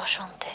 chanter.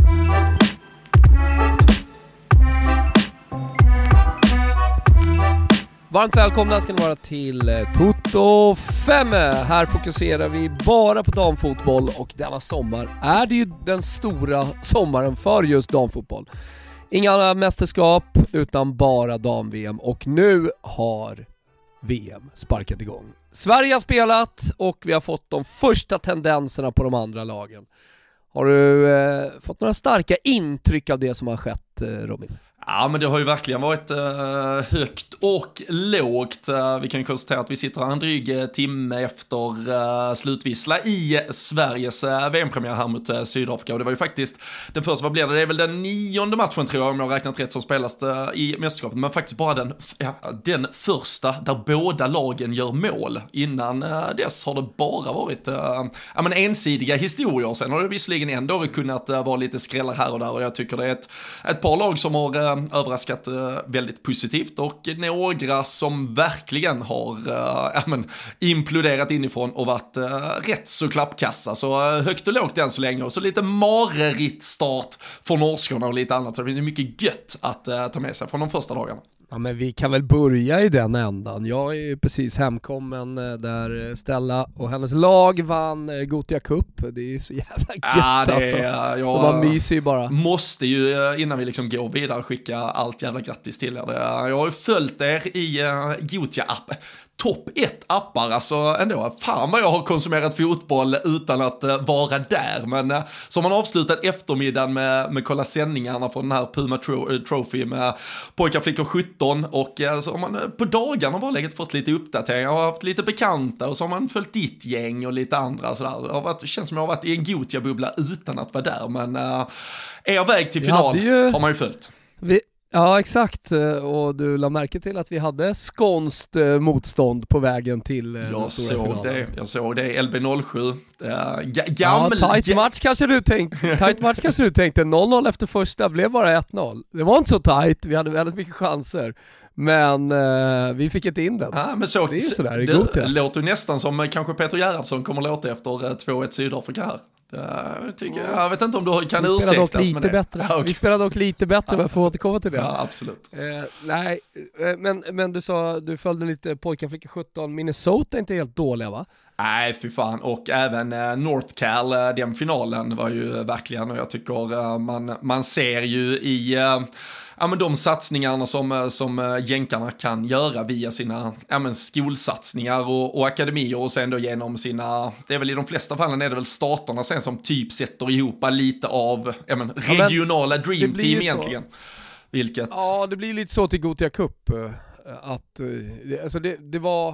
Varmt välkomna ska ni vara till Toto 5. Här fokuserar vi bara på damfotboll och denna sommar är det ju den stora sommaren för just damfotboll. Inga mästerskap utan bara dam-VM och nu har VM sparkat igång. Sverige har spelat och vi har fått de första tendenserna på de andra lagen. Har du fått några starka intryck av det som har skett, Robin? Ja, men det har ju verkligen varit högt och lågt. Vi kan ju konstatera att vi sitter en dryg timme efter slutvissla i Sveriges VM-premiär här mot Sydafrika. Och det var ju faktiskt den första, vad blev det? Det är väl den 9:e matchen tror jag, om jag har räknat rätt, som spelas i mästerskapet. Men faktiskt bara den första där båda lagen gör mål. Innan dess har det bara varit ensidiga historier. Sen har det visserligen ändå kunnat vara lite skrällar här och där. Och jag tycker det är ett par lag som har överraskat väldigt positivt och några som verkligen har imploderat inifrån och varit rätt så klappkassa. Så högt och lågt än så länge, och så lite mareritt start för norskorna och lite annat. Så det finns ju mycket gött att ta med sig från de första dagarna. Ja, men vi kan väl börja i den ändan. Jag är ju precis hemkommen där Stella och hennes lag vann Gothia Cup. Det är ju så jävla gött så man myser ju bara. Måste ju innan vi liksom går vidare skicka allt jävla grattis till er. Jag har ju följt er i Gothia-app. Topp 1 appar, alltså ändå. Fan vad jag har konsumerat fotboll utan att vara där. Men så har man avslutat eftermiddagen med kolla sändningarna från den här Puma Trophy med pojkar, flickor 17. Och så har man på dagarna bara läget fått lite uppdateringar. Jag har haft lite bekanta och så har man följt ditt gäng och lite andra. Sådär. Det känns som jag har varit i en Gothia-bubbla utan att vara där. Men er väg till final har man ju följt. Ja, exakt. Och du la märke till att vi hade skånskt motstånd på vägen till den stora finalen. Jag såg det. LB07. Tight match kanske du tänkte. 0-0 efter första, blev bara 1-0. Det var inte så tight, vi hade väldigt mycket chanser. Men vi fick inte in den. Ja, men det är sådär i Gothia. Det låter nästan som kanske Peter Gerhardsson kommer låta efter 2-1 Sydafrika här. Jag vet inte om du kan ursäktas med det. Okay. Vi spelade dock lite bättre, men jag får återkomma till det. Ja, absolut. Men du sa, du följde lite pojkar, flickor 17. Minnesota är inte helt dåliga, va? Nej, fy fan. Och även North Cal, den finalen var ju verkligen, och jag tycker man ser ju i de satsningarna som jänkarna kan göra via sina skolsatsningar och akademier, och sen då genom sina, det är väl i de flesta fallen är det väl staterna sen som typ sätter ihop lite av regionala dream team egentligen. Vilket... Ja, det blir lite så till Gothia Cup att alltså det var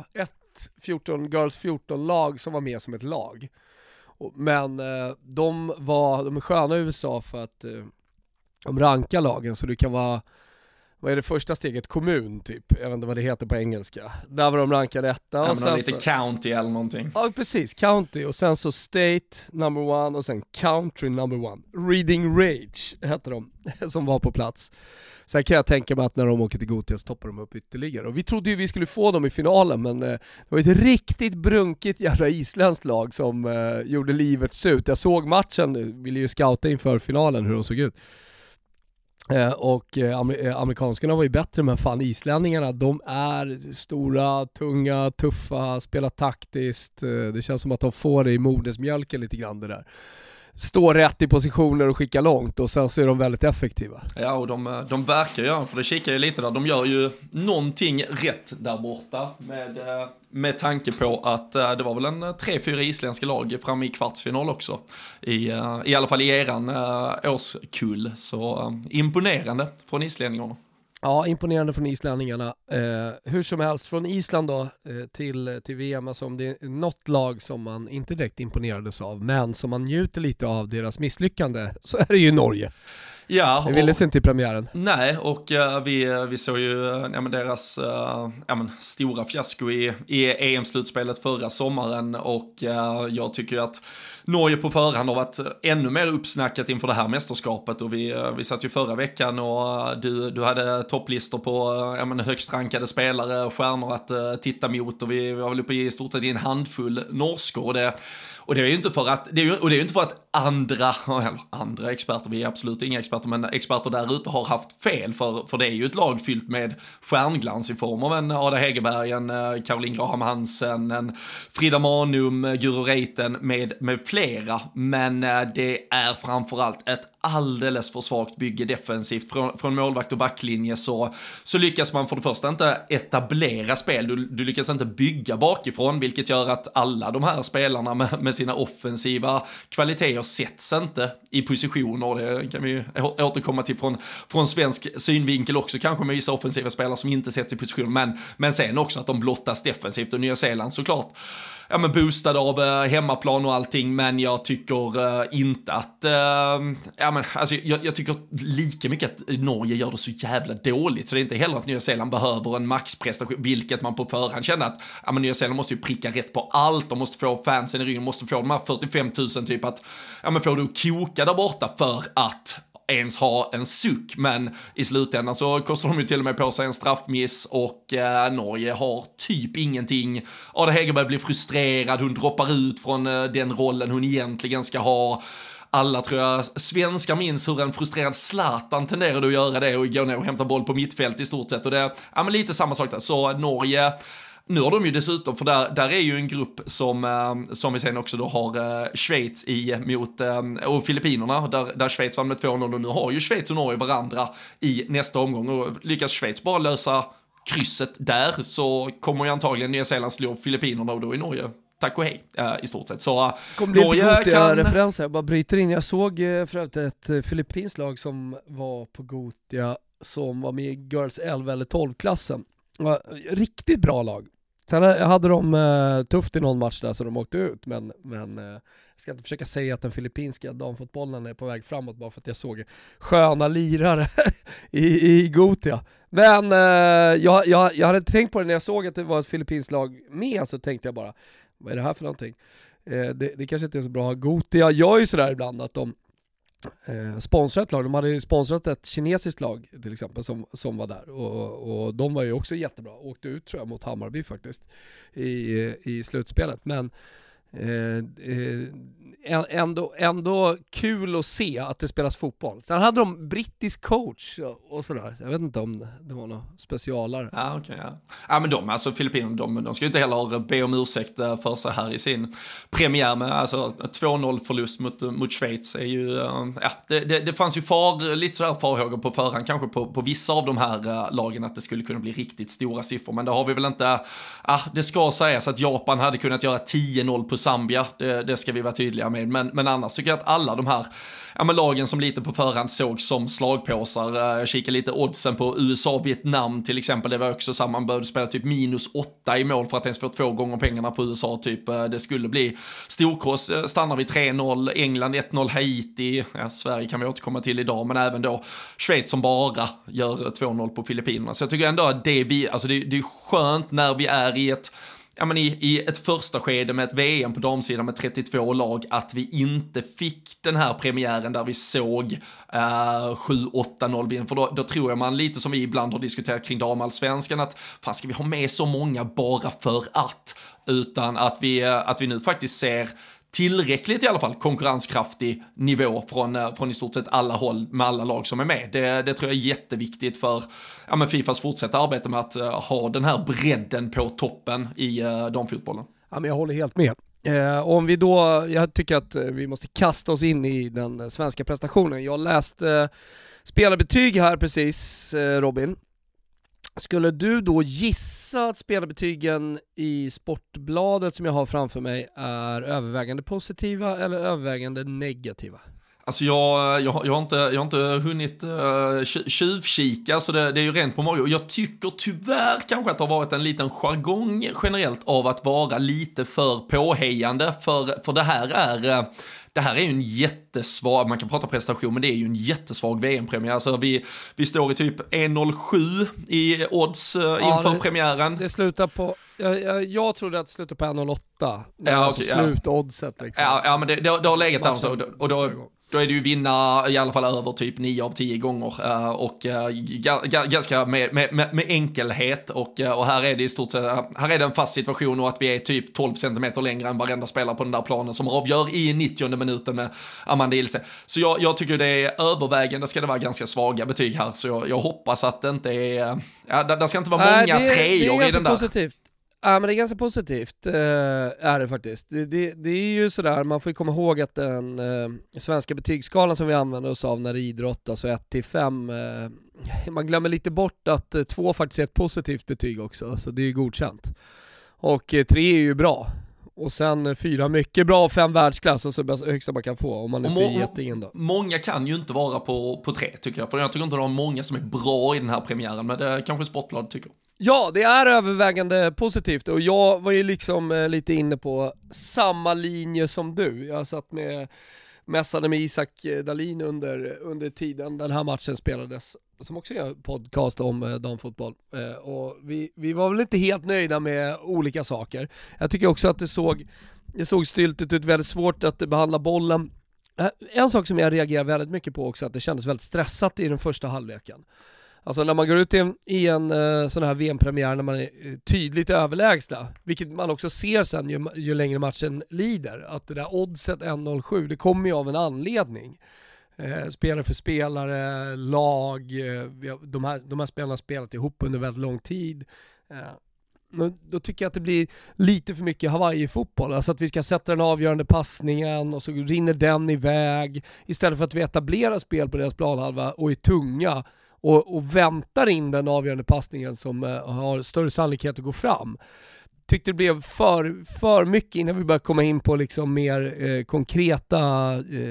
14 lag som var med som ett lag. Men de är sköna i USA för att de rankar lagen, så det kan vara, vad är det första steget? Kommun typ, jag vet inte vad det heter på engelska. Där var de rankade etta. Och sen lite county eller någonting. Ja, precis, county. Och sen så state number 1 och sen country number 1. Reading Rage heter de som var på plats. Sen kan jag tänka mig att när de åker till Gothia så toppar de upp ytterligare. Och vi trodde ju vi skulle få dem i finalen, men det var ett riktigt brunkigt jävla isländskt lag som gjorde livet surt. Jag såg matchen, ville ju scouta inför finalen hur de såg ut. Och amerikanskarna var ju bättre, men fan islänningarna, de är stora, tunga, tuffa, spelar taktiskt. Det känns som att de får det i modersmjölken lite grann det där. Stå rätt i positioner och skicka långt, och sen så är de väldigt effektiva. Ja, och de verkar ju, för det kikar ju lite där, de gör ju någonting rätt där borta med tanke på att det var väl en 3-4 isländska lag framme i kvartsfinal också i alla fall i eran årskull, så imponerande från islänningarna. Ja, imponerande från islänningarna. Hur som helst, från Island då till VM, alltså om det är något lag som man inte direkt imponerades av, men som man njuter lite av deras misslyckande, så är det ju Norge. Ja, Det ville sig inte i premiären. Nej, och vi såg ju deras stora fiasko i EM-slutspelet förra sommaren, och jag tycker att Norge på förhand har varit ännu mer uppsnackat inför det här mästerskapet, och vi satt ju förra veckan och du hade topplistor på högst rankade spelare, stjärnor att titta mot, och vi var väl uppe i stort sett i en handfull norskor, och det är ju inte för att andra experter, vi är absolut inga experter, men experter där ute har haft fel, för det är ju ett lag fyllt med stjärnglans i form av en Ada Hegerberg, en Caroline Graham Hansen, en Frida Manum, Guro Reiten med flera, men det är framförallt ett alldeles för svagt bygge defensivt från målvakt och backlinje, så lyckas man för det första inte etablera spel, du lyckas inte bygga bakifrån, vilket gör att alla de här spelarna med sina offensiva kvaliteter sätts inte i positioner. Det kan vi ju återkomma till från svensk synvinkel också, kanske med vissa offensiva spelare som inte sätts i position, men sen också att de blottas defensivt, och Nya Zeeland såklart boostad av hemmaplan och allting, men jag tycker inte att jag tycker lika mycket att Norge gör det så jävla dåligt, så det är inte heller att Nya Zeeland behöver en maxprestation, vilket man på förhand känner att Nya Zeeland måste ju pricka rätt på allt, de måste få fansen i ryggen, måste få de här 45 000 typ att få det att koka där borta för att ens ha en suck, men i slutändan så kostar de ju till och med på sig en straffmiss, och Norge har typ ingenting. Ada Hegerberg blir frustrerad, hon droppar ut från den rollen hon egentligen ska ha. Alla, tror jag, svenskar minns hur en frustrerad Zlatan tenderade att göra det och gå ner och hämta boll på mittfält i stort sett, och det är lite samma sak där. Så Norge, nu har de ju dessutom, för där är ju en grupp som vi sen också då har Schweiz mot och Filippinerna, där Schweiz vann med 2-0, och nu har ju Schweiz och Norge varandra i nästa omgång, och lyckas Schweiz bara lösa krysset där, så kommer ju antagligen Nya Zeeland slå Filippinerna, och då är Norge tack och hej i stort sett. Så kommer bli lite referenser, jag bara bryter in. Jag såg för ett Filippinskt lag som var på Gothia, som var med i Girls 11 eller 12-klassen. Riktigt bra lag. Sen hade de tufft i någon match där så de åkte ut, men jag ska inte försöka säga att den filippinska damfotbollen är på väg framåt bara för att jag såg sköna lirare i Gothia. Men jag hade inte tänkt på det när jag såg att det var ett filippinskt lag med, så tänkte jag bara, vad är det här för någonting? Det kanske inte är så bra. Gothia gör ju sådär ibland att de sponsrar ett lag. De hade ju sponsrat ett kinesiskt lag till exempel som var där, och de var ju också jättebra. Åkte ut tror jag mot Hammarby faktiskt i slutspelet, men ändå kul att se att det spelas fotboll. Sen hade de brittisk coach och sådär. Jag vet inte om det var något specialare. Ja, okej, ja. Ja, men Filippinerna, de ska ju inte heller be om ursäkt för sig här i sin premiär med 2-0 förlust mot Schweiz är ju, det fanns ju lite sådär farhågor på förhand, kanske på vissa av de här lagen, att det skulle kunna bli riktigt stora siffror, men det har vi väl inte. Det ska sägas att Japan hade kunnat göra 10-0 på Zambia, det ska vi vara tydliga med, men annars tycker jag att alla de här lagen som lite på förhand såg som slagpåsar, jag kikar lite oddsen på USA-Vietnam till exempel, det var också samma, man behövde spela typ -8 i mål för att ens få 2 gånger pengarna på USA typ, det skulle bli storkross, stannar vid 3-0, England 1-0, Haiti, Sverige kan vi återkomma till idag, men även då Schweiz som bara gör 2-0 på Filippinerna, så jag tycker ändå att det är skönt när vi är i ett första skede med ett VM på damsidan med 32 lag, att vi inte fick den här premiären där vi såg 7-8-0 vinst, för då tror jag man, lite som vi ibland har diskuterat kring damallsvenskan, att fan, ska vi ha med så många bara för att, utan att vi nu faktiskt ser tillräckligt i alla fall konkurrenskraftig nivå från i stort sett alla håll med alla lag som är med. Det tror jag är jätteviktigt för Fifas fortsätta arbete med att ha den här bredden på toppen i damfotbollen. Ja, men jag håller helt med. Om vi då, jag tycker att vi måste kasta oss in i den svenska prestationen. Jag läste spelarbetyg här precis, Robin. Skulle du då gissa att spelarbetygen i Sportbladet som jag har framför mig är övervägande positiva eller övervägande negativa? Alltså jag har inte hunnit tjuvkika, så det är ju rent på morgon. Och jag tycker tyvärr kanske att det har varit en liten jargong generellt av att vara lite för påhejande, för det här är ju en jättesvag, man kan prata prestation, men det är ju en jättesvag VM-premiär. Alltså vi står i typ 1,07 i odds inför premiären. Det slutar på, jag trodde att det slutade på 1,08. Ja, okay, slutoddset liksom. Ja, men det har legat där så, och då är det ju vinna i alla fall över typ 9 av 10 gånger och ganska med enkelhet och här är det i stort sett, här är det en fast situation och att vi är typ 12 centimeter längre än varenda spelare på den där planen som avgör i 90:e minuten med Amanda Ilse. Så jag tycker det är övervägande, ska det vara ganska svaga betyg här, så jag hoppas att det inte är, det ska inte vara många treor i den där. Positivt. Ja, men det är ganska positivt är det faktiskt. Det är ju sådär, man får ju komma ihåg att den svenska betygsskalan som vi använder oss av när det är idrott, alltså 1-5, man glömmer lite bort att 2 faktiskt är ett positivt betyg också, så det är ju godkänt. Och 3 är ju bra. Och sen 4 mycket bra och 5 världsklass, alltså det högsta man kan få om man inte är jätteingen då. Många kan ju inte vara på 3 tycker jag, för jag tycker inte det är många som är bra i den här premiären, men det kanske Sportbladet tycker. Ja, det är övervägande positivt och jag var ju liksom lite inne på samma linje som du. Jag satt mässade med Isak Dahlin under tiden den här matchen spelades, som också är en podcast om damfotboll. Och vi var väl inte helt nöjda med olika saker. Jag tycker också att det såg styltigt ut, väldigt svårt att behandla bollen. En sak som jag reagerar väldigt mycket på också, att det kändes väldigt stressat i den första halvleken. Alltså när man går ut i en sån här VM-premiär när man är tydligt överlägsna, vilket man också ser sen ju längre matchen lider, att det där oddset 1,07, det kommer ju av en anledning. Spelare för spelare, lag, de här spelarna har spelat ihop under väldigt lång tid. Då tycker jag att det blir lite för mycket Hawaii-fotboll, alltså att vi ska sätta den avgörande passningen och så rinner den iväg, istället för att vi etablerar spel på deras planhalva och är tunga och väntar in den avgörande passningen som har större sannolikhet att gå fram. Tyckte det blev för mycket innan vi började komma in på liksom mer konkreta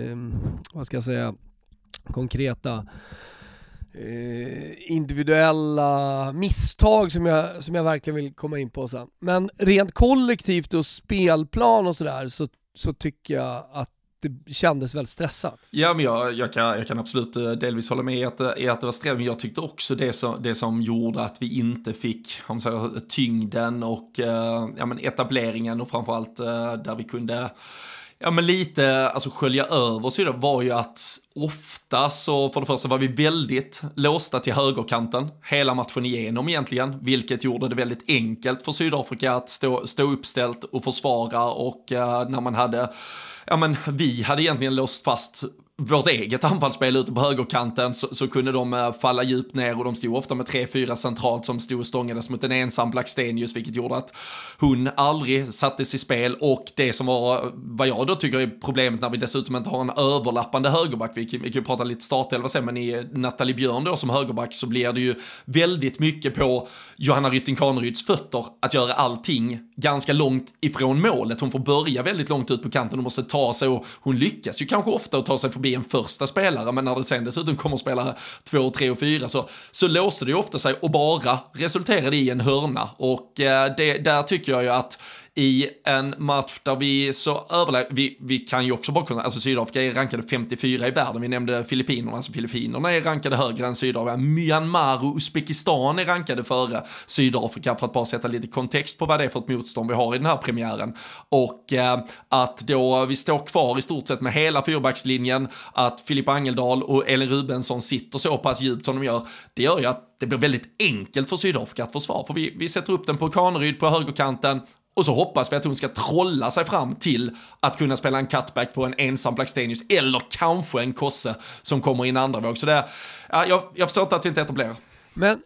individuella misstag som jag verkligen vill komma in på sen. Men rent kollektivt och spelplan och sådär så tycker jag att det kändes väldigt stressat. Ja, men jag kan absolut delvis hålla med i att det var stress, men jag tyckte också det som gjorde att vi inte fick tyngden och etableringen, och framförallt där vi kunde lite skölja över, så det var ju att ofta så, för det första var vi väldigt låsta till högerkanten hela matchen igenom egentligen, vilket gjorde det väldigt enkelt för Sydafrika att stå uppställt och försvara, och när man hade vi hade egentligen låst fast vårt eget anfallsspel ute på högerkanten, så kunde de falla djupt ner, och de stod ofta med 3-4 centralt som stod och stångades mot en ensam Blackstenius, vilket gjorde att hon aldrig sattes i spel. Och det som var, vad jag då tycker är problemet när vi dessutom inte har en överlappande högerback, vi kan ju prata lite startelva sen, men i Nathalie Björn då som högerback så blir det ju väldigt mycket på Johanna Rytting Kaneryds fötter att göra allting ganska långt ifrån målet. Hon får börja väldigt långt ut på kanten och måste ta sig, och hon lyckas ju kanske ofta att ta sig förbi en första spelare, men när det sen dessutom kommer spelare 2, 3 och 4 så låser det ju ofta sig och bara resulterar i en hörna, och där tycker jag ju att i en match där vi så vi kan ju också bara kunna, alltså Sydafrika är rankade 54 i världen, vi nämnde Filippinerna, alltså Filippinerna är rankade högre än Sydafrika, Myanmar och Uzbekistan är rankade före Sydafrika, för att bara sätta lite kontext på vad det är för ett motstånd vi har i den här premiären, och att då vi står kvar i stort sett med hela fyrbackslinjen, att Filippa Angeldal och Elin Rubensson sitter så pass djupt som de gör, det gör ju att det blir väldigt enkelt för Sydafrika att försvara, för vi sätter upp den på Kaneryd på högerkanten, och så hoppas vi att hon ska trolla sig fram till att kunna spela en cutback på en ensam Blackstenius, eller kanske en Kosse som kommer in andra våg. Så jag förstår inte att vi inte etablerar. Men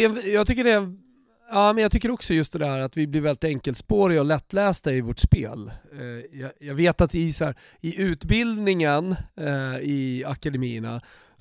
jag tycker också just det där att vi blir väldigt enkelspåriga och lättlästa i vårt spel. Jag vet att i utbildningen i akademierna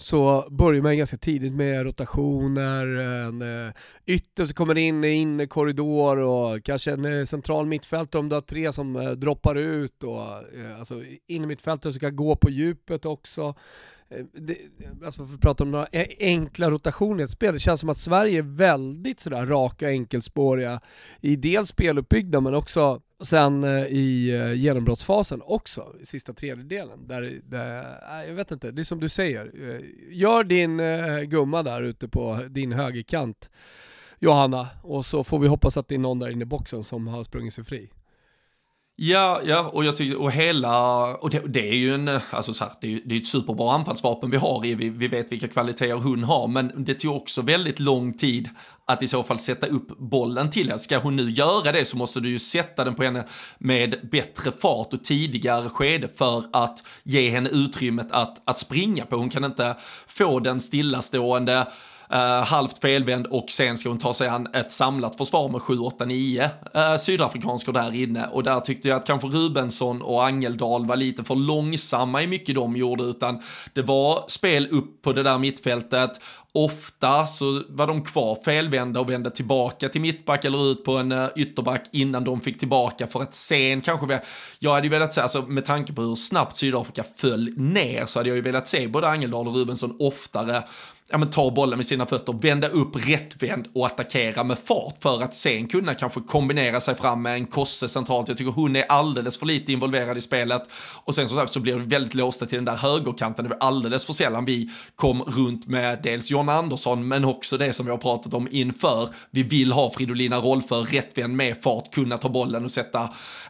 så börjar man ganska tidigt med rotationer, en ytter som kommer in i korridor och kanske en central mittfältare om du har 3 som droppar ut och alltså in i mittfältare som kan gå på djupet också. Alltså för att prata om några enkla rotationer i ett spel. Det känns som att Sverige är väldigt sådär raka, enkelspåriga i dels speluppbyggnad men också sen i genombrottsfasen också, i sista tredjedelen där jag vet inte, det är som du säger, gör din gumma där ute på din högerkant, Johanna, och så får vi hoppas att det är någon där inne i boxen som har sprungit sig fri. Ja, och jag tycker, och det är ju alltså så här, det är ett superbra anfallsvapen vi har vi vet vilka kvaliteter hon har, men det tog också väldigt lång tid att i så fall sätta upp bollen till henne. Ska hon nu göra det så måste du ju sätta den på henne med bättre fart och tidigare skede för att ge henne utrymmet att springa på. Hon kan inte få den stillastående halvt felvänd och sen ska hon ta sig an ett samlat försvar med 7-8-9 sydafrikanskor där inne, och där tyckte jag att kanske Rubensson och Angeldal var lite för långsamma i mycket de gjorde, utan det var spel upp på det där mittfältet. Ofta så var de kvar felvända och vände tillbaka till mittback eller ut på en ytterback innan de fick tillbaka, för att sen kanske jag hade ju velat se, alltså med tanke på hur snabbt Sydafrika föll ner, så hade jag ju velat se både Angeldal och Rubensson oftare ta bollen med sina fötter, vända upp rättvänd och attackera med fart för att sen kunna kanske kombinera sig fram med en Kosse centralt. Jag tycker hon är alldeles för lite involverad i spelet, och sen så blir det väldigt låsta till den där högerkanten. Det var alldeles för sällan vi kom runt med dels John Andersson men också det som vi har pratat om inför. Vi vill ha Fridolina Rolfö rättvänd med fart, kunna ta bollen och sätta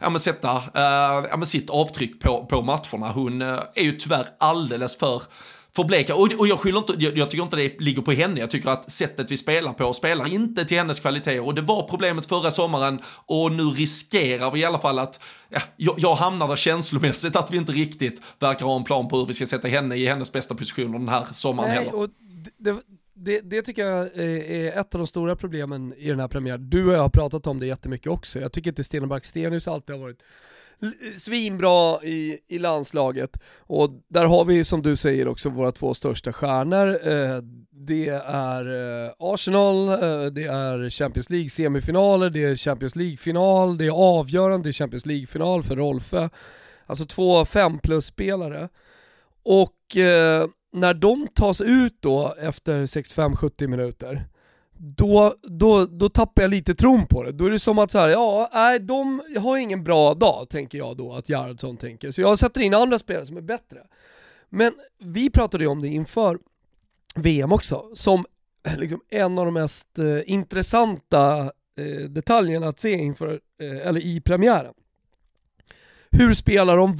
sitt avtryck på matcherna. Hon är ju tyvärr alldeles för bleka. Och jag tycker inte det ligger på henne. Jag tycker att sättet vi spelar inte till hennes kvalitet, och det var problemet förra sommaren, och nu riskerar vi i alla fall att jag hamnar där känslomässigt att vi inte riktigt verkar ha en plan på hur vi ska sätta henne i hennes bästa position den här sommaren heller. Och det tycker jag är ett av de stora problemen i den här premiären. Du och jag har pratat om det jättemycket också. Jag tycker inte Stina Blackstenius alltid har varit svinbra i landslaget, och där har vi, som du säger, också våra 2 största stjärnor. Det är Arsenal, det är Champions League semifinaler, det är Champions League-final, det är avgörande Champions League-final för Rolfö. Alltså 2 5+-spelare. Och när de tas ut då efter 65-70 minuter, då tappar jag lite tron på det. Då är det som att så här, de har ingen bra dag, tänker jag då att Gerhardsson tänker. Så jag sätter in andra spelare som är bättre. Men vi pratade ju om det inför VM också, som liksom en av de mest intressanta detaljerna att se inför eller i premiären. Hur spelar de?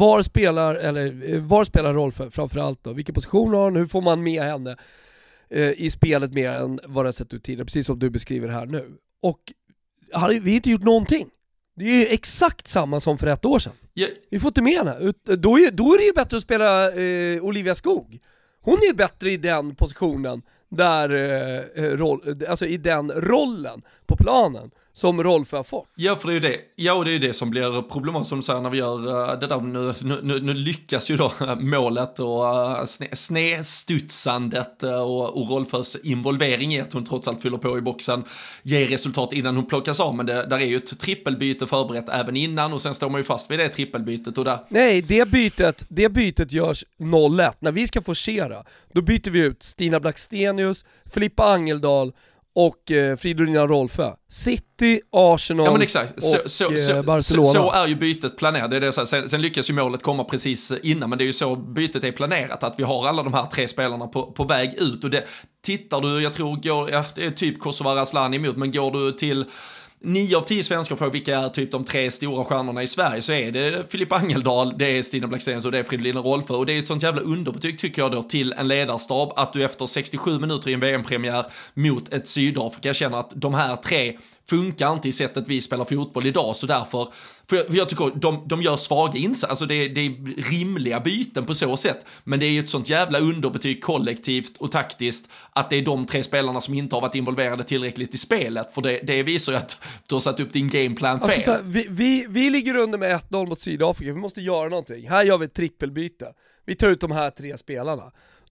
Var spelar Rolfö framförallt då? Vilken position har hon? Hur får man med henne i spelet mer än vad det har sett ut tidigare, precis som du beskriver här nu. Och vi har inte gjort någonting. Det är ju exakt samma som för 1 år sedan. Vi får inte med henne. Då är det ju bättre att spela Olivia Skog. Hon är ju bättre i den positionen där alltså i den rollen på planen som Rolfö har fått. Ja, för det är ju det. Ja, och det är ju det som blir problematiskt, som du säger, när vi gör det där. Nu lyckas ju då målet och snedstudsandet och Rolfös involvering i att hon trots allt fyller på i boxen ger resultat innan hon plockas av. Men där är ju ett trippelbyte förberett även innan, och sen står man ju fast vid det trippelbytet. Och där... Nej, det bytet görs 0-1. När vi ska forcera, då byter vi ut Stina Blackstenius, Filippa Angeldal och Fridolina Rolfö. City, Arsenal, ja, men exakt. Och Barcelona. Så är ju bytet planerat. Det är det, sen lyckas ju målet komma precis innan, men det är ju så bytet är planerat, att vi har alla de här 3 spelarna på väg ut. Och det tittar du, jag tror, det är typ Kosovare Asllani emot, men går du till 9 av 10 svenskar frågar vilka är typ de 3 stora stjärnorna i Sverige, så är det Filippa Angeldal, det är Stina Blackstenius och det är Fridolina Rolfö. Och det är ett sånt jävla underbetyg, tycker jag då, till en ledarstab, att du efter 67 minuter i en VM-premiär mot ett Sydafrika känner att de här 3 funkar inte i sättet vi spelar fotboll idag, så därför, för jag tycker de gör svaga insatser, alltså det är rimliga byten på så sätt, men det är ju ett sånt jävla underbetyg kollektivt och taktiskt att det är de 3 spelarna som inte har varit involverade tillräckligt i spelet, för det visar ju att du har satt upp din gameplan fel. Alltså, vi ligger under med 1-0 mot Sydafrika, vi måste göra någonting. Här gör vi ett trippelbyte, vi tar ut de här 3 spelarna.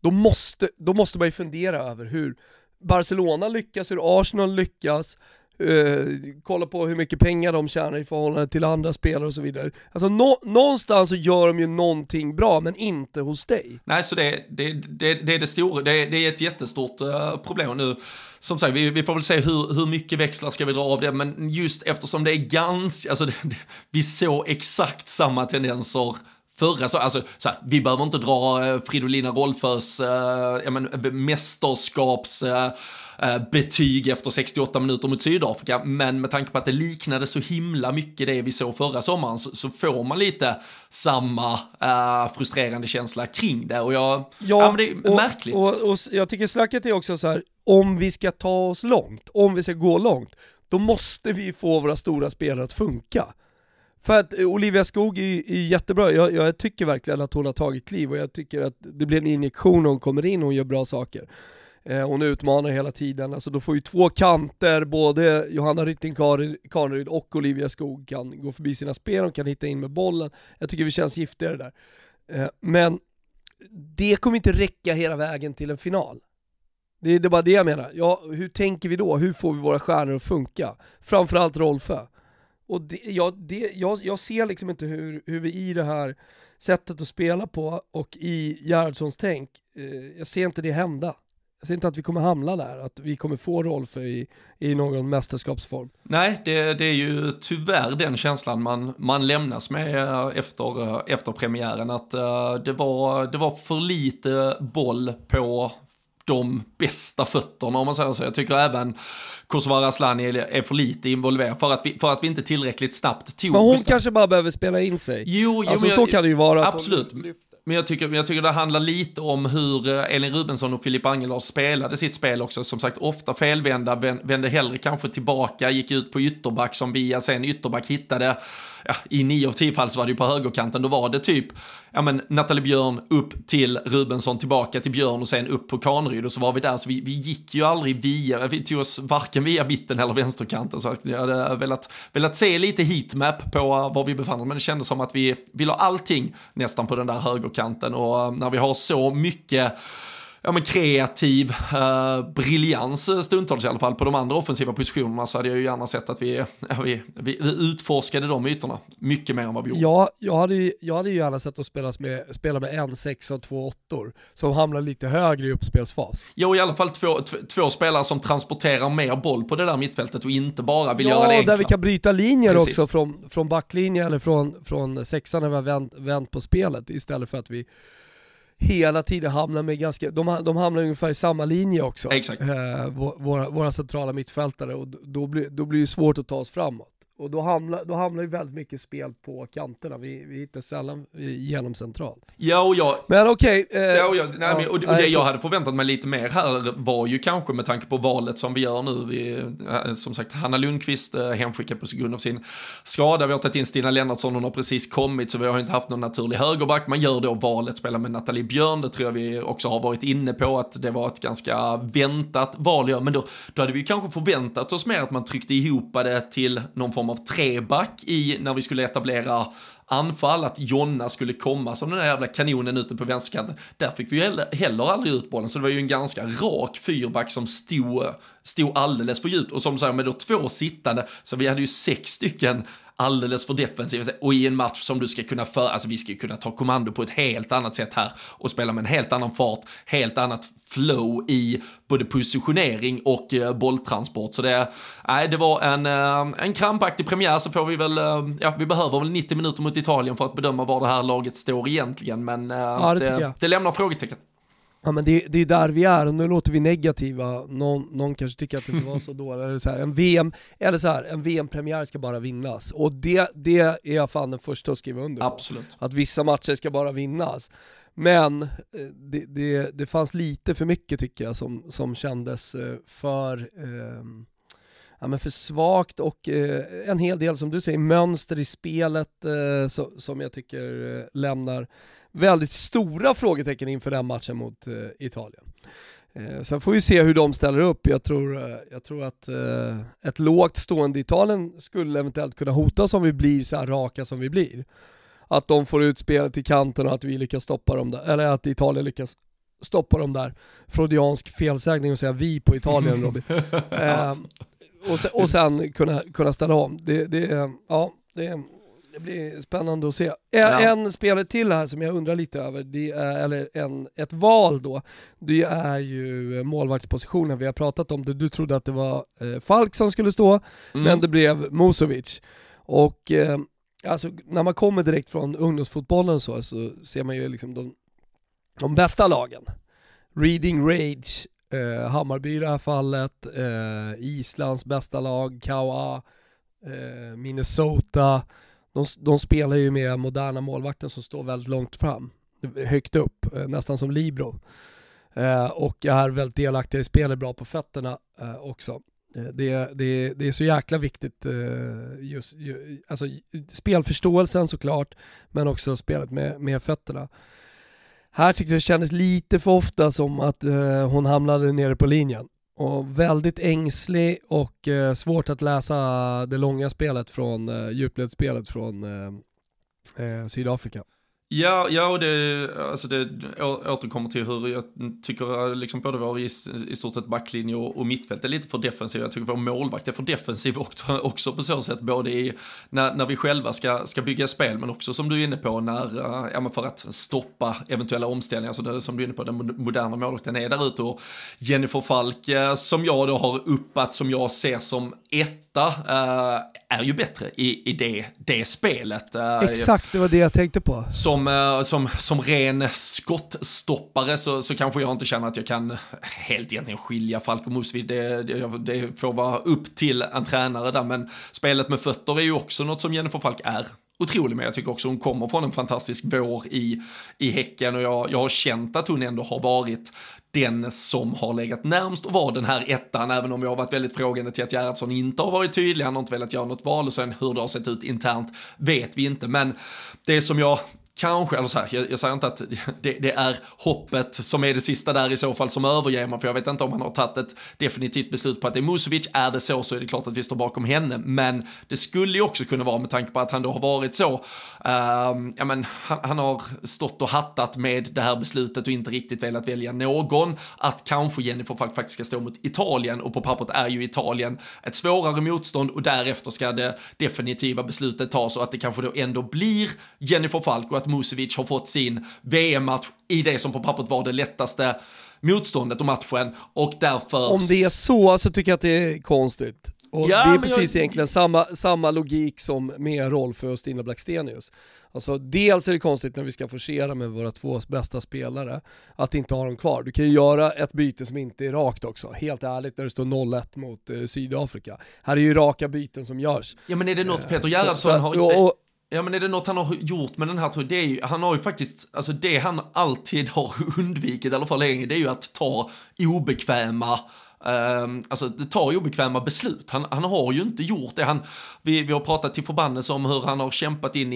då måste man ju fundera över hur Barcelona lyckas, hur Arsenal lyckas, kolla på hur mycket pengar de tjänar i förhållande till andra spelare och så vidare. Alltså någonstans så gör de ju någonting bra, men inte hos dig. Nej, så det är det stora, det är ett jättestort problem nu. Som sagt, vi får väl se hur mycket växlar ska vi dra av det, men just eftersom det är ganska, alltså vi såg exakt samma tendenser förra, vi behöver inte dra Fridolina Rolfös mästerskaps betyg efter 68 minuter mot Sydafrika, men med tanke på att det liknade så himla mycket det vi såg förra sommaren så får man lite samma frustrerande känsla kring det, och men det är märkligt. Och jag tycker snacket är också så här: om vi ska ta oss långt, om vi ska gå långt, då måste vi få våra stora spelare att funka. För att Olivia Skog är jättebra, jag tycker verkligen att hon har tagit kliv, och jag tycker att det blir en injektion när hon kommer in och hon gör bra saker. Hon utmanar hela tiden, alltså då får ju två kanter, både Johanna Rytting-Kaneryd och Olivia Skog kan gå förbi sina spel, och kan hitta in med bollen. Jag tycker vi känns giftigare där. Men det kommer inte räcka hela vägen till en final. Det är bara det jag menar. Ja, hur tänker vi då? Hur får vi våra stjärnor att funka? Framförallt Rolfö. Och jag ser liksom inte hur vi i det här sättet att spela på och i Gerhardssons tänk, jag ser inte det hända. Jag ser inte att vi kommer hamna där, att vi kommer få Rolfö i någon mästerskapsform. Nej, det är ju tyvärr den känslan man lämnas med efter premiären, att det var för lite boll på de bästa fötterna, om man säger så. Jag tycker även Kosovare Asllani är för lite involverad för att vi inte tillräckligt snabbt tog. Men hon kanske bara behöver spela in sig. Jo, alltså, så kan det ju vara. Absolut. Men jag tycker det handlar lite om hur Elin Rubensson och Filip Angelars spelade sitt spel också. Som sagt, ofta felvända, vände hellre kanske tillbaka, gick ut på ytterback som via sen ytterback hittade, i 9 av 10 fall så var det ju på högerkanten, då var det typ Nathalie Björn upp till Rubensson, tillbaka till Björn och sen upp på Kaneryd, och så var vi där, så vi gick ju aldrig vi tog oss varken via mitten eller vänsterkanten, så jag hade velat se lite heatmap på var vi befann oss, men det kändes som att vi vill ha allting nästan på den där högerkanten, och när vi har så mycket kreativ briljans stundtals i alla fall på de andra offensiva positionerna, så hade jag ju gärna sett att vi utforskade de ytorna mycket mer än vad vi gjorde. Ja, jag hade ju gärna sett att spela med en 6 och 2 åttor som hamnar lite högre i uppspelsfas. Jo, i alla fall två spelare som transporterar mer boll på det där mittfältet och inte bara vill göra det enkla. Där vi kan bryta linjer. Precis. Också från backlinje eller från sexan när vi har vänt på spelet, istället för att vi hela tiden hamnar med de hamnar ungefär i samma linje också. Exakt. Våra centrala mittfältare, och då blir det svårt att ta oss framåt. Och då hamnar ju väldigt mycket spel på kanterna. Vi hittar sällan genom centralt. Men okej. Det jag hade förväntat mig lite mer här var ju kanske, med tanke på valet som vi gör nu. Som sagt, Hanna Lundqvist hemskickad på grund av sin skada. Vi har tagit in Stina Lennartsson, hon har precis kommit, så vi har inte haft någon naturlig högerback. Man gör då valet, spela med Nathalie Björn. Det tror jag vi också har varit inne på, att det var ett ganska väntat val. Men då hade vi kanske förväntat oss mer att man tryckte ihop det till någon form av treback när vi skulle etablera anfall, att Jonna skulle komma som den där jävla kanonen ute på vänsterkanten. Där fick vi heller aldrig ut bollen, så det var ju en ganska rak fyrback som stod alldeles för djupt, och som sagt med då 2 sittande, så vi hade ju 6 stycken alldeles för defensiva, och i en match som du ska kunna vi ska kunna ta kommando på ett helt annat sätt här och spela med en helt annan fart, helt annat flow i både positionering och bolltransport. Så det var en krampaktig premiär, så får vi väl vi behöver väl 90 minuter mot Italien för att bedöma var det här laget står egentligen, men det lämnar frågetecken. Ja, men det är där vi är, och nu låter vi negativa. Någon kanske tycker att det inte var så dåligt. Eller så här, en VM-premiär ska bara vinnas. Och det är jag fan den första att skriva under på. Absolut. Att vissa matcher ska bara vinnas. Men det fanns lite för mycket, tycker jag, som kändes för svagt, och en hel del, som du säger, mönster i spelet som jag tycker lämnar väldigt stora frågetecken inför den matchen mot Italien. Sen får vi se hur de ställer upp. Jag tror att ett lågt stående Italien skulle eventuellt kunna hotas om vi blir så här raka som vi blir. Att de får ut spelet till kanten och att vi lyckas stoppa dem där, eller att Italien lyckas stoppa dem där. Freudiansk felsägning och säga vi på Italien, Robin. Och sen kunna ställa om. Det blir spännande att se. En spelare till här som jag undrar lite över, det är, ett val då, det är ju målvaktspositionen. Vi har pratat om det. Du trodde att det var Falk som skulle stå, men det blev Musovic. Och alltså, när man kommer direkt från ungdomsfotbollen så ser man ju liksom de bästa lagen. Reading Rage, Hammarby i det här fallet, Islands bästa lag, KA, Minnesota. De spelar ju med moderna målvakter som står väldigt långt fram, högt upp, nästan som libero. Och är väldigt delaktiga i spelet, bra på fötterna också. Det är så jäkla viktigt, alltså spelförståelsen såklart, men också spelet med fötterna. Här tyckte jag det kändes lite för ofta som att hon hamnade nere på linjen. Och väldigt ängslig och svårt att läsa det långa spelet från djupledsspelet från Sydafrika. Ja, och det återkommer till hur jag tycker liksom både vår i stort sett backlinje och mittfält är lite för defensiv. Jag tycker vår målvakt är för defensiv också på så sätt, både när vi själva ska bygga spel, men också som du är inne på för att stoppa eventuella omställningar. Så det, som du är inne på, den moderna målvakten är där ute, och Jennifer Falk som jag då har uppat, som jag ser som är ju bättre i det spelet. Exakt, det var det jag tänkte på. Som ren skottstoppare så kanske jag inte känner att jag kan helt egentligen skilja Falk och Musovic. Det får vara upp till en tränare där, men spelet med fötter är ju också något som Jennifer Falk är otrolig med. Jag tycker också hon kommer från en fantastisk vår i Häcken, och jag har känt att hon ändå har varit den som har legat närmst och var den här ettan, även om vi har varit väldigt frågande till att Gerhardsson inte har varit tydlig. Han har inte velat göra något val, och sen hur det har sett ut internt vet vi inte. Men det som jag kanske, eller så här, jag säger inte att det är hoppet som är det sista där i så fall som överger man, för jag vet inte om han har tagit ett definitivt beslut på att det är Musovic. Är det så är det klart att vi står bakom henne, men det skulle ju också kunna vara, med tanke på att han då har varit så han har stått och hattat med det här beslutet och inte riktigt velat välja någon, att kanske Jennifer Falk faktiskt ska stå mot Italien, och på pappret är ju Italien ett svårare motstånd, och därefter ska det definitiva beslutet tas, och att det kanske då ändå blir Jennifer Falk, och att Musovic har fått sin VM-match i det som på pappret var det lättaste motståndet och matchen, och därför... Om det är så tycker jag att det är konstigt. Och det är precis egentligen samma logik som med roll för Stina Blackstenius. Alltså dels är det konstigt när vi ska forcera med våra två bästa spelare att inte ha dem kvar. Du kan ju göra ett byte som inte är rakt också. Helt ärligt, när det står 0-1 mot Sydafrika. Här är ju raka byten som görs. Ja, men är det något Peter Gerhardsson har... Ja, men är det något han har gjort med den här, tror jag, han har ju faktiskt, alltså det han alltid har undvikit, i alla fall länge, det är ju att ta obekväma det tar ju obekväma beslut. Han har ju inte gjort det. Vi har pratat till förbannelse om hur han har kämpat in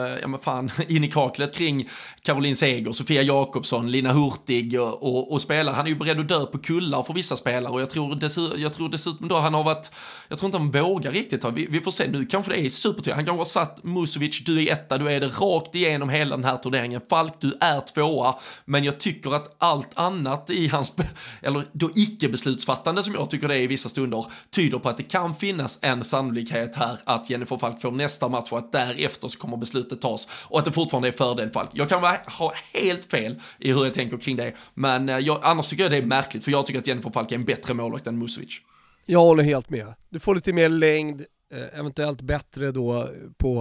i kaklet kring Caroline Seger, Sofia Jakobsson, Lina Hurtig och spelare. Han är ju beredd att dö på kullar för vissa spelare, och jag tror dessutom då han har varit, jag tror inte han vågar riktigt. Vi får se, nu kanske det är supertydligt. Han kanske har satt Musovic, du är etta, du är det rakt igenom hela den här turneringen. Falk, du är tvåa, men jag tycker att allt annat i hans, eller då icke-beslutsfattande som jag tycker det är i vissa stunder, tyder på att det kan finnas en sannolikhet här att Jennifer Falk får nästa match, och att därefter så kommer beslutet tas, och att det fortfarande är fördel Falk. Jag kan ha helt fel i hur jag tänker kring det, men annars tycker jag det är märkligt, för jag tycker att Jennifer Falk är en bättre målvakt än Musovic. Jag håller helt med. Du får lite mer längd, eventuellt bättre då på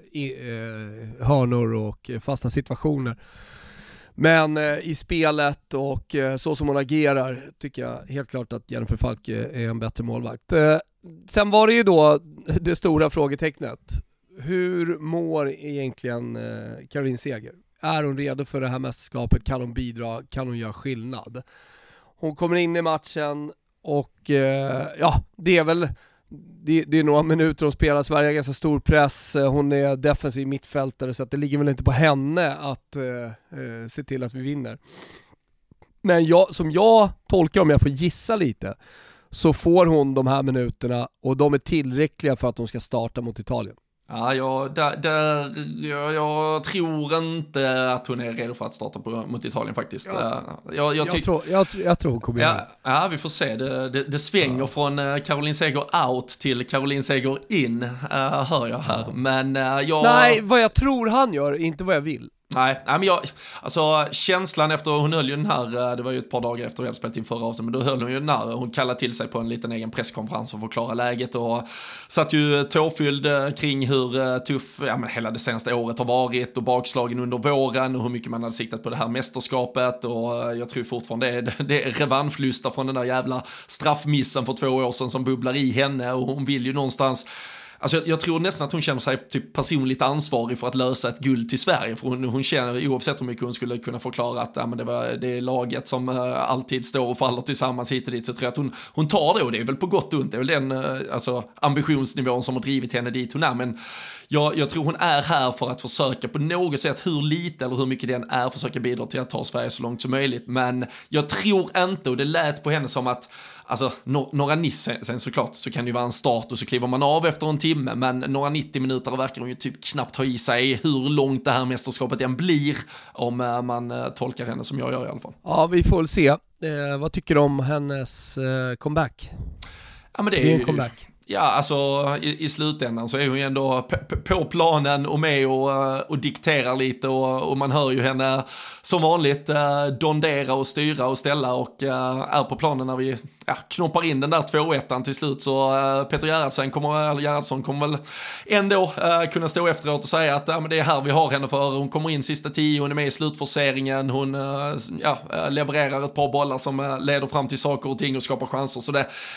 hörnor och fasta situationer. Men i spelet och så som hon agerar tycker jag helt klart att Jennifer Falk är en bättre målvakt. Sen var det ju då det stora frågetecknet. Hur mår egentligen Caroline Seger? Är hon redo för det här mästerskapet? Kan hon bidra? Kan hon göra skillnad? Hon kommer in i matchen och det är väl... Det är några minuter hon spelar. Sverige har ganska stor press. Hon är defensiv mittfältare, så att det ligger väl inte på henne att se till att vi vinner. Men som jag tolkar, om jag får gissa lite, så får hon de här minuterna, och de är tillräckliga för att de ska starta mot Italien. Ja, jag tror inte att hon är redo för att starta mot Italien faktiskt. Ja. Jag tror hon kommer göra det. Ja, vi får se. Det svänger från Caroline Seger out till Caroline Seger in, hör jag här. Men Nej, vad jag tror han gör, inte vad jag vill. Nej, men alltså känslan efter, hon höll ju den här, det var ju ett par dagar efter vi hade spelat in förra avsnittet, men då höll hon ju den här, hon kallade till sig på en liten egen presskonferens för att förklara läget och satt ju tårfylld kring hur tuff, men hela det senaste året har varit och bakslagen under våren och hur mycket man hade siktat på det här mästerskapet, och jag tror fortfarande det är revanschlusta från den där jävla straffmissen för 2 år sedan som bubblar i henne, och hon vill ju någonstans. Alltså jag tror nästan att hon känner sig typ personligt ansvarig för att lösa ett guld till Sverige. För hon känner, oavsett hur mycket hon skulle kunna förklara att det är laget som alltid står och faller tillsammans hit och dit, så tror jag att hon tar det, och det är väl på gott och ont. Det är väl den ambitionsnivån som har drivit henne dit hon är. Men jag tror hon är här för att försöka på något sätt, hur lite eller hur mycket den är, försöka bidra till att ta Sverige så långt som möjligt. Men jag tror inte, och det lät på henne som att några 90, sen såklart så kan det ju vara en start och så kliver man av efter en timme, men några 90 minuter verkar hon ju typ knappt ha i sig hur långt det här mästerskapet än blir, om man tolkar henne som jag gör i alla fall. Ja, vi får väl se. Vad tycker du om hennes comeback? Ja, men det är en comeback. Ja, alltså i slutändan så är hon ju ändå på planen och med och dikterar lite, och man hör ju henne som vanligt dondera och styra och ställa, och är på planen när vi knoppar in den där 2-1 till slut. Så Peter Gerhardsson kommer väl ändå kunna stå efteråt och säga att men det är här vi har henne för. Hon kommer in sista 10, hon är med i slutforceringen, hon levererar ett par bollar som leder fram till saker och ting och skapar chanser. Så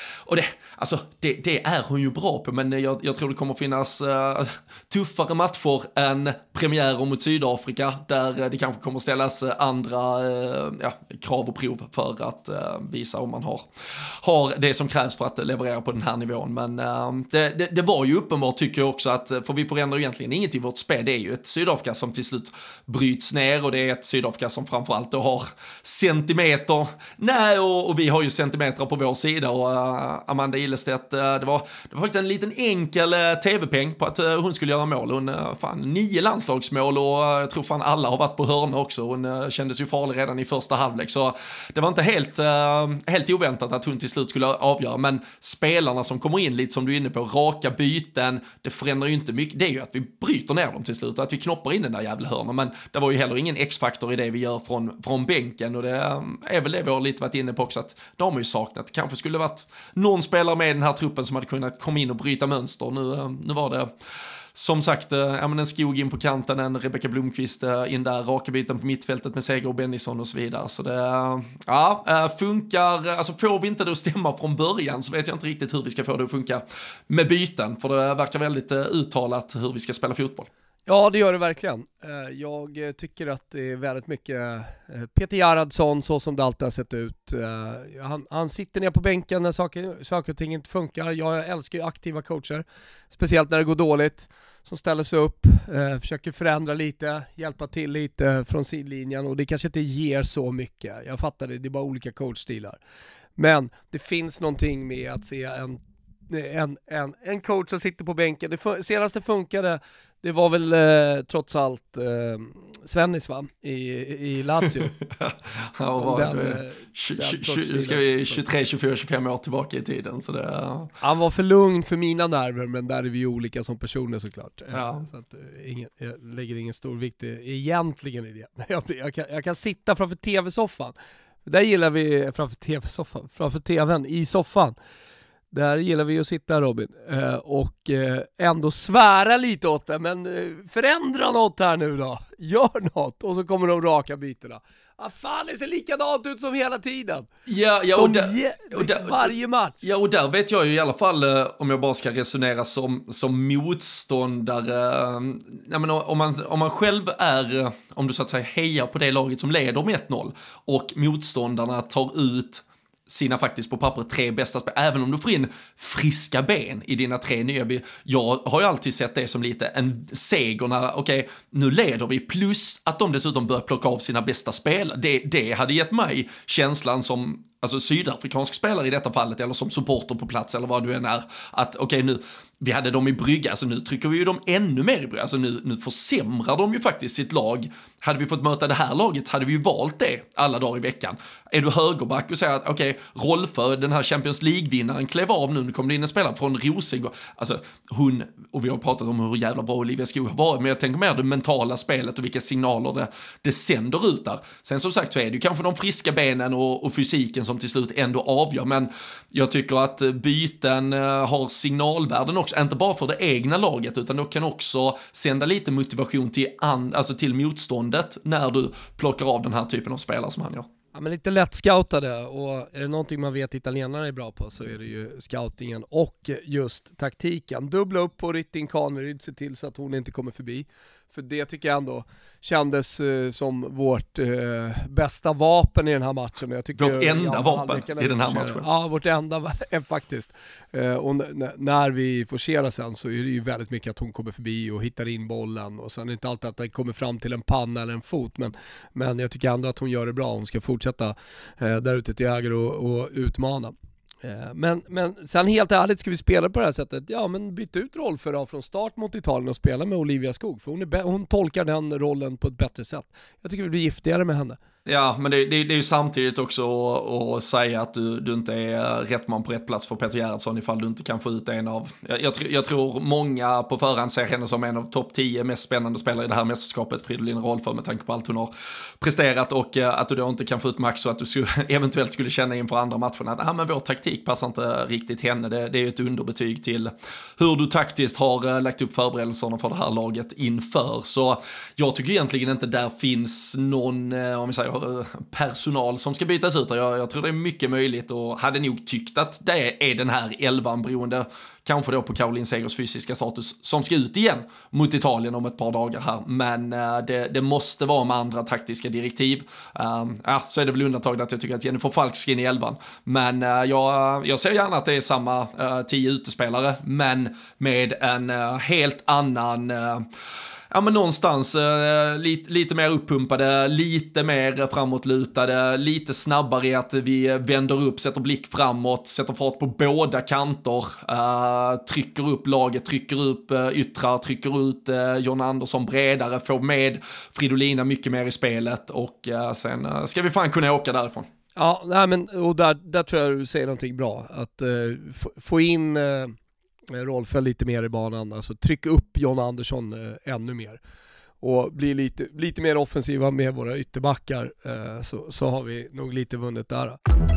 det är hon ju bra på, men jag tror det kommer finnas tuffare matcher än premiärer mot Sydafrika, där det kanske kommer ställas andra krav och prov för att visa om man har det som krävs för att leverera på den här nivån. Men det var ju uppenbart, tycker jag också, att för vi förändrar ju egentligen inget i vårt spel. Det är ju ett Sydafrika som till slut bryts ner, och det är ett Sydafrika som framförallt då har centimeter, och vi har ju centimeter på vår sida, och Amanda Ilestedt, det var faktiskt en liten enkel tv-peng på att hon skulle göra mål. Hon 9 landslagsmål, och jag tror fan alla har varit på hörna också. Hon kändes ju farlig redan i första halvlek, så det var inte helt oväntat att hon till slut skulle avgöra. Men spelarna som kommer in, lite som du är inne på, raka byten, det förändrar ju inte mycket. Det är ju att vi bryter ner dem till slut och att vi knoppar in den där jävla hörna. Men det var ju heller ingen X-faktor i det vi gör från bänken, och det är väl det vi har lite varit inne på också, att de har ju saknat. Kanske skulle varit någon spelare med i den här truppen som hade kunnat komma in och bryta mönster. Nu var det som sagt en Skog in på kanten, en Rebecka Blomqvist in där, raka byten på mittfältet med Seger och Bennison och så vidare. Så det funkar. Alltså får vi inte det att stämma från början, så vet jag inte riktigt hur vi ska få det att funka med byten, för det verkar väldigt uttalat hur vi ska spela fotboll. Ja, det gör det verkligen. Jag tycker att det är väldigt mycket Peter Gerhardsson, så som det alltid har sett ut. Han sitter ner på bänken när saker och ting inte funkar. Jag älskar ju aktiva coacher, speciellt när det går dåligt, som ställer sig upp, försöker förändra lite, hjälpa till lite från sidlinjen, och det kanske inte ger så mycket. Jag fattar det är bara olika coachstilar. Men det finns någonting med att se en coach som sitter på bänken. Det senaste funkade, det var väl trots allt Svennis, va? I Lazio. Ska vi 23, 24, 25 år tillbaka i tiden. Så det, Han var för lugn för mina nerver, men där är vi ju olika som personer såklart. Ja. Så att, jag lägger ingen stor vikt egentligen i det. Jag kan sitta framför tv-soffan. Där gillar vi framför tvn i soffan. Där gillar vi att sitta, Robin, och ändå svära lite åt det, men förändra något här nu då. Gör något, och så kommer de raka bytena. Fan, det ser likadant ut som hela tiden. Varje match. Ja, och där vet jag ju i alla fall, om jag bara ska resonera som motståndare. Om man själv är, om du så att säga hejar på det laget som leder med 1-0, och motståndarna tar ut sina faktiskt på papper 3 bästa spel, även om du får in friska ben i dina 3 nya. Jag har ju alltid sett det som lite en seger när, nu leder vi, plus att de dessutom börjar plocka av sina bästa spel. Det hade gett mig känslan som, alltså sydafrikansk spelare i detta fallet, eller som supporter på plats eller vad du än är, att okej, nu, vi hade dem i brygga, alltså nu trycker vi ju dem ännu mer i brygga, alltså nu försämrar de ju faktiskt sitt lag. Hade vi fått möta det här laget hade vi ju valt det alla dagar i veckan. Är du högerback och säger att okej, Rolfö, den här Champions League-vinnaren, klev av nu kommer det in en spelare från Rosengård, alltså hon, och vi har pratat om hur jävla bra Olivia Skog har varit, men jag tänker mer det mentala spelet och vilka signaler det sänder ut där. Sen som sagt så är det ju kanske de friska benen och fysiken som till slut ändå avgör, men jag tycker att byten har signalvärden också, inte bara för det egna laget, utan det kan också sända lite motivation till motståndet när du plockar av den här typen av spelare som han gör. Ja, men lite lätt scoutade, och är det någonting man vet italienare är bra på så är det ju scoutingen och just taktiken. Dubbla upp på Rytting Kaneryd, se till så att hon inte kommer förbi. För det tycker jag ändå kändes som vårt bästa vapen i den här matchen. Jag tycker vårt enda vapen i den här matchen. Ja, vårt enda faktiskt. Och när vi forcerar sen så är det ju väldigt mycket att hon kommer förbi och hittar in bollen. Och sen är det inte alltid att det kommer fram till en panna eller en fot. Men jag tycker ändå att hon gör det bra. Hon ska fortsätta där ute till höger och utmana. Men sen helt ärligt, ska vi spela på det här sättet, ja men byt ut roll från start mot Italien och spela med Olivia Skog, för hon tolkar den rollen på ett bättre sätt. Jag tycker vi blir giftigare med henne. Ja, men det är ju samtidigt också att säga att du inte är rätt man på rätt plats för Peter Gerhardsson ifall du inte kan få ut en av... Jag tror många på förhand ser henne som en av topp 10 mest spännande spelare i det här mästerskapet, Fridolin Rolfö, med tanke på allt hon har presterat, och att du då inte kan få ut max, så att du eventuellt skulle känna inför andra matcherna att men vår taktik passar inte riktigt henne. Det är ju ett underbetyg till hur du taktiskt har lagt upp förberedelserna för det här laget inför. Så jag tycker egentligen inte där finns någon, om vi säger, personal som ska bytas ut. Jag tror det är mycket möjligt, och hade nog tyckt att det är den här 11 beroende kanske då på Caroline Segers fysiska status som ska ut igen mot Italien om ett par dagar här. Men det måste vara med andra taktiska direktiv. Så är det väl undantaget att jag tycker att Jennifer Falk ska in i 11. Men jag ser gärna att det är samma 10 utespelare, men med en helt annan... Ja, men någonstans lite mer uppumpade, lite mer framåtlutade, lite snabbare i att vi vänder upp, sätter blick framåt, sätter fart på båda kanter, trycker upp laget, trycker upp yttrar, trycker ut John Andersson bredare, får med Fridolina mycket mer i spelet, och sen ska vi fan kunna åka därifrån. Ja, nej, men och där tror jag du säger någonting bra, att få in... Rolfö lite mer i banan, alltså trycka upp John Andersson ännu mer och bli lite mer offensiva med våra ytterbackar, så har vi nog lite vunnit där.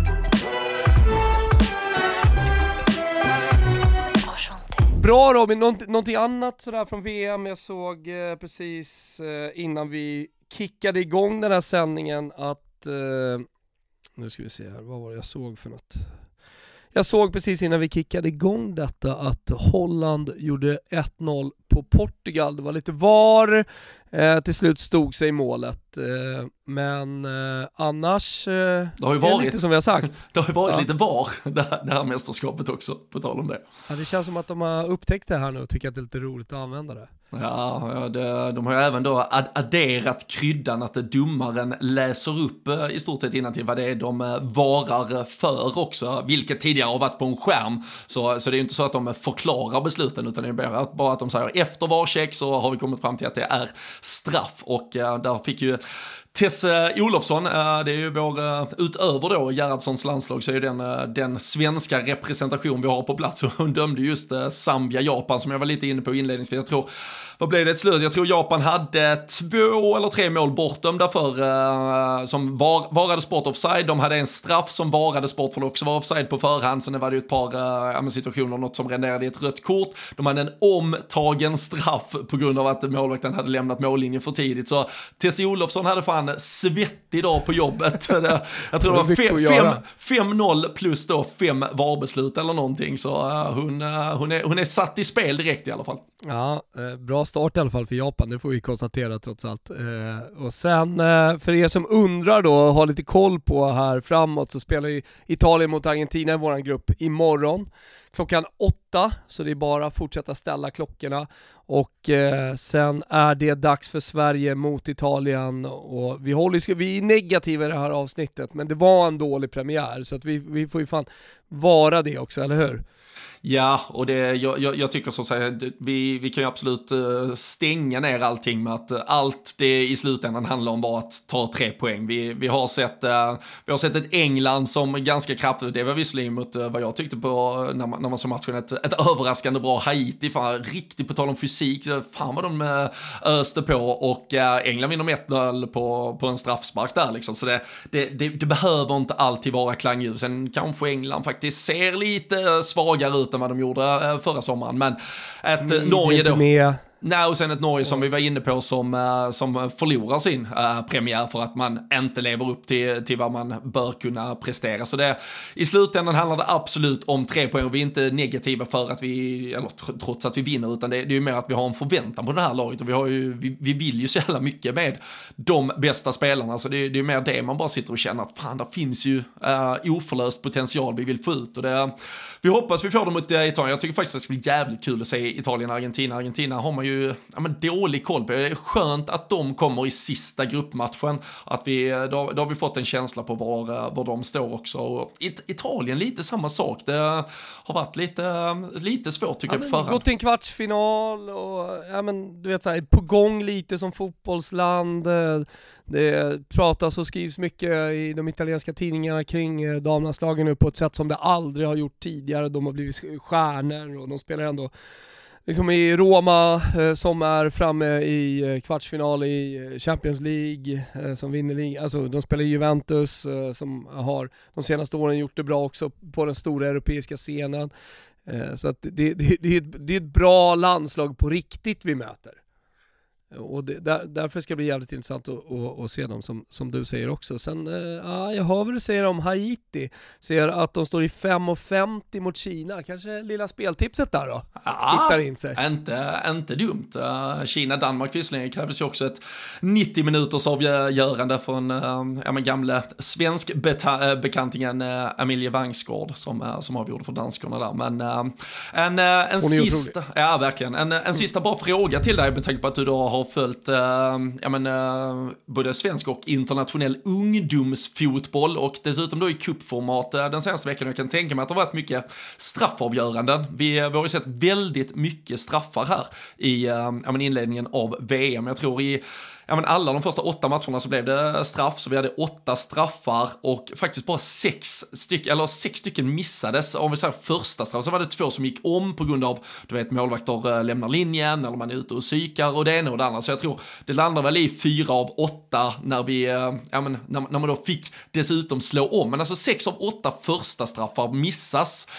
Bra Robin, någonting annat sådär från VM? Jag såg precis innan vi kickade igång den här sändningen att nu ska vi se här, vad var det jag såg för något? Jag såg precis innan vi kickade igång detta att Holland gjorde 1-0 på Portugal. Det var lite VAR, till slut stod sig i målet. Men annars det har ju varit lite som vi har sagt. Det har ju varit lite VAR det här mästerskapet också, på tal om det. Ja, det känns som att de har upptäckt det här nu och tycker att det är lite roligt att använda det. Ja, de har ju även då adderat kryddan att domaren läser upp i stort sett innantill vad det är de varar för också, vilket tidigare har varit på en skärm. Så det är ju inte så att de förklarar besluten, utan det är bara att de säger efter varcheck så har vi kommit fram till att det är straff, och där fick ju Tess Olofsson, det är ju vår, utöver då Gerhardssons landslag, så är ju den svenska representation vi har på plats. Hon dömde just Zambia-Japan som jag var lite inne på inledningsvis. Jag tror, vad blev det ett slut? Jag tror Japan hade 2 eller 3 mål bortdömda för som varade sport offside. De hade en straff som varade sport för det också var offside på förhand. Sen var det ju ett par situationer, något som renderade i ett rött kort. De hade en omtagen straff på grund av att målvakten hade lämnat mållinjen för tidigt. Så Tess Olofsson hade fan svettig dag på jobbet. Jag tror det var 5-0 plus då 5 VAR-beslut eller någonting. Så hon är satt i spel direkt i alla fall. Ja, bra start i alla fall för Japan, det får vi konstatera trots allt. Och sen för er som undrar då, har lite koll på här framåt, så spelar ju Italien mot Argentina i våran grupp imorgon klockan 8, så det är bara att fortsätta ställa klockorna. Och sen är det dags för Sverige mot Italien, och vi är negativa i det här avsnittet, men det var en dålig premiär, så att vi får ju fan vara det också, eller hur? Ja, och jag tycker så att säga, vi kan ju absolut stänga ner allting med att allt det i slutändan handlar om bara att ta 3 poäng. Vi har sett ett England som ganska kraftigt, det var visserligen mot vad jag tyckte på när man såg matchen, ett överraskande bra Haiti, fan, riktigt på tal om fysik, fan vad de öste på, och England vinner med 1-0 på en straffspark där liksom, så det behöver inte alltid vara klangljus. Sen kanske England faktiskt ser lite svagare ut än vad de gjorde förra sommaren, men ett Norge då... Nej, och sen ett Norge som vi var inne på som förlorar sin premiär för att man inte lever upp till vad man bör kunna prestera. Så det, i slutändan handlar det absolut om 3 poäng, och vi är inte negativa för att trots att vi vinner, utan det är ju mer att vi har en förväntan på det här laget, och vi vill ju så jävla mycket med de bästa spelarna, så det är ju mer det man bara sitter och känner att fan, det finns ju oförlöst potential vi vill få ut, och det, vi hoppas vi får dem mot Italien. Jag tycker faktiskt att det ska bli jävligt kul att se Italien och Argentina. Argentina har man ju dålig koll på. Det är skönt att de kommer i sista gruppmatchen. Att då har vi fått en känsla på var de står också. Och Italien lite samma sak. Det har varit lite svårt tycker jag på förhand. Gått till en kvartsfinal och du vet så här, på gång lite som fotbollsland. Det pratas och skrivs mycket i de italienska tidningarna kring damlandslagen nu på ett sätt som det aldrig har gjort tidigare. De har blivit stjärnor och de spelar ändå liksom i Roma som är framme i kvartsfinal i Champions League, som vinner ligan. Alltså de spelar i Juventus som har de senaste åren gjort det bra också på den stora europeiska scenen. Så att det är ett bra landslag på riktigt vi möter. Och därför ska det bli jävligt intressant att se dem som du säger också. Sen, jag hör vad du säger om Haiti. Ser att de står i 5,50 mot Kina. Kanske lilla speltipset där då? Hittar in sig. Inte dumt. Kina-Danmark visserligen krävdes ju också ett 90 minuters avgörande från gamla svensk bekantingen Emilie Vangsgård som avgjorde för danskarna där. Men en sista, ja verkligen, en sista bara fråga till dig med tanke på att du då har följt både svensk och internationell ungdomsfotboll och dessutom då i cupformat den senaste veckan. Jag kan tänka mig att det har varit mycket straffavgöranden. Vi har ju sett väldigt mycket straffar här i inledningen av VM. Jag tror i alla de första 8 matcherna så blev det straff, så vi hade 8 straffar och faktiskt bara 6 stycken missades. Om vi säger första straff så var det 2 som gick om på grund av, målvakter lämnar linjen eller man är ute och psykar och det ena och det andra. Så jag tror det landar väl i 4 av 8 när vi, när man då fick dessutom slå om. Men alltså 6 av 8 första straffar missas.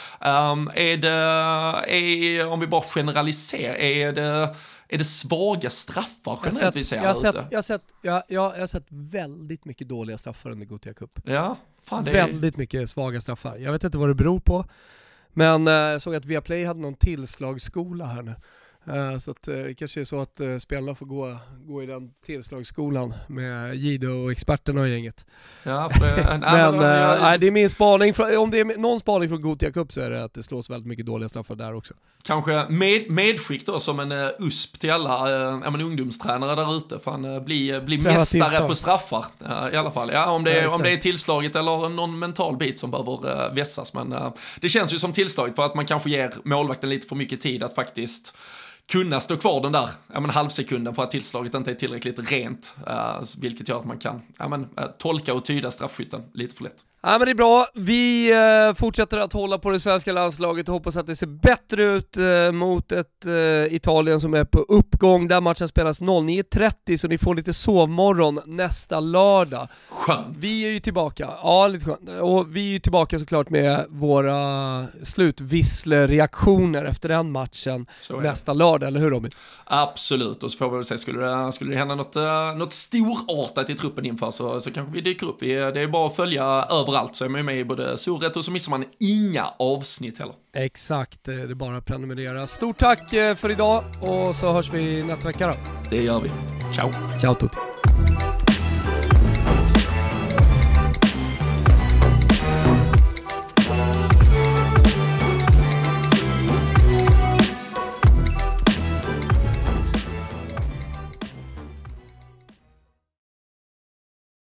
Om vi bara generaliserar, är det svaga straffar generellt vi ser här ute? Jag har sett väldigt mycket dåliga straffar under Gothia Cup. Ja, fan det väldigt mycket svaga straffar. Jag vet inte vad det beror på, men jag såg att Viaplay hade någon tillslagsskola här nu. Så att det kanske är så att spelarna får gå i den tillslagsskolan med Gide och experterna och gänget. Ja, det är min spaning. Om det är någon spaning från Gothia Cup så är det att det slås väldigt mycket dåliga straffar där också. Kanske medskick då som en USP till alla ungdomstränare där ute. Fan, bli mästare på straffar i alla fall. Ja, om det är tillslaget eller någon mental bit som behöver vässas. Men det känns ju som tillslaget för att man kanske ger målvakten lite för mycket tid att faktiskt kunna stå kvar den där halvsekunden för att tillslaget inte är tillräckligt rent, vilket gör att man kan tolka och tyda straffskytten lite för lätt. Ja, men det är bra. Vi fortsätter att hålla på det svenska landslaget och hoppas att det ser bättre ut mot ett Italien som är på uppgång. Där matchen spelas 09.30 så ni får lite sovmorgon nästa lördag. Skönt. Vi är ju tillbaka. Ja, lite skönt. Och vi är ju tillbaka såklart med våra slutvisslereaktioner efter den matchen nästa lördag, eller hur Robin? Absolut, och så får vi väl se, skulle det hända något storartat i truppen inför så kanske vi dyker upp. Det är bara att följa överallt, så är man med i både surret och så missar man inga avsnitt heller. Exakt, det är bara att prenumerera. Stort tack för idag och så hörs vi nästa vecka då. Det gör vi. Ciao. Ciao tutti.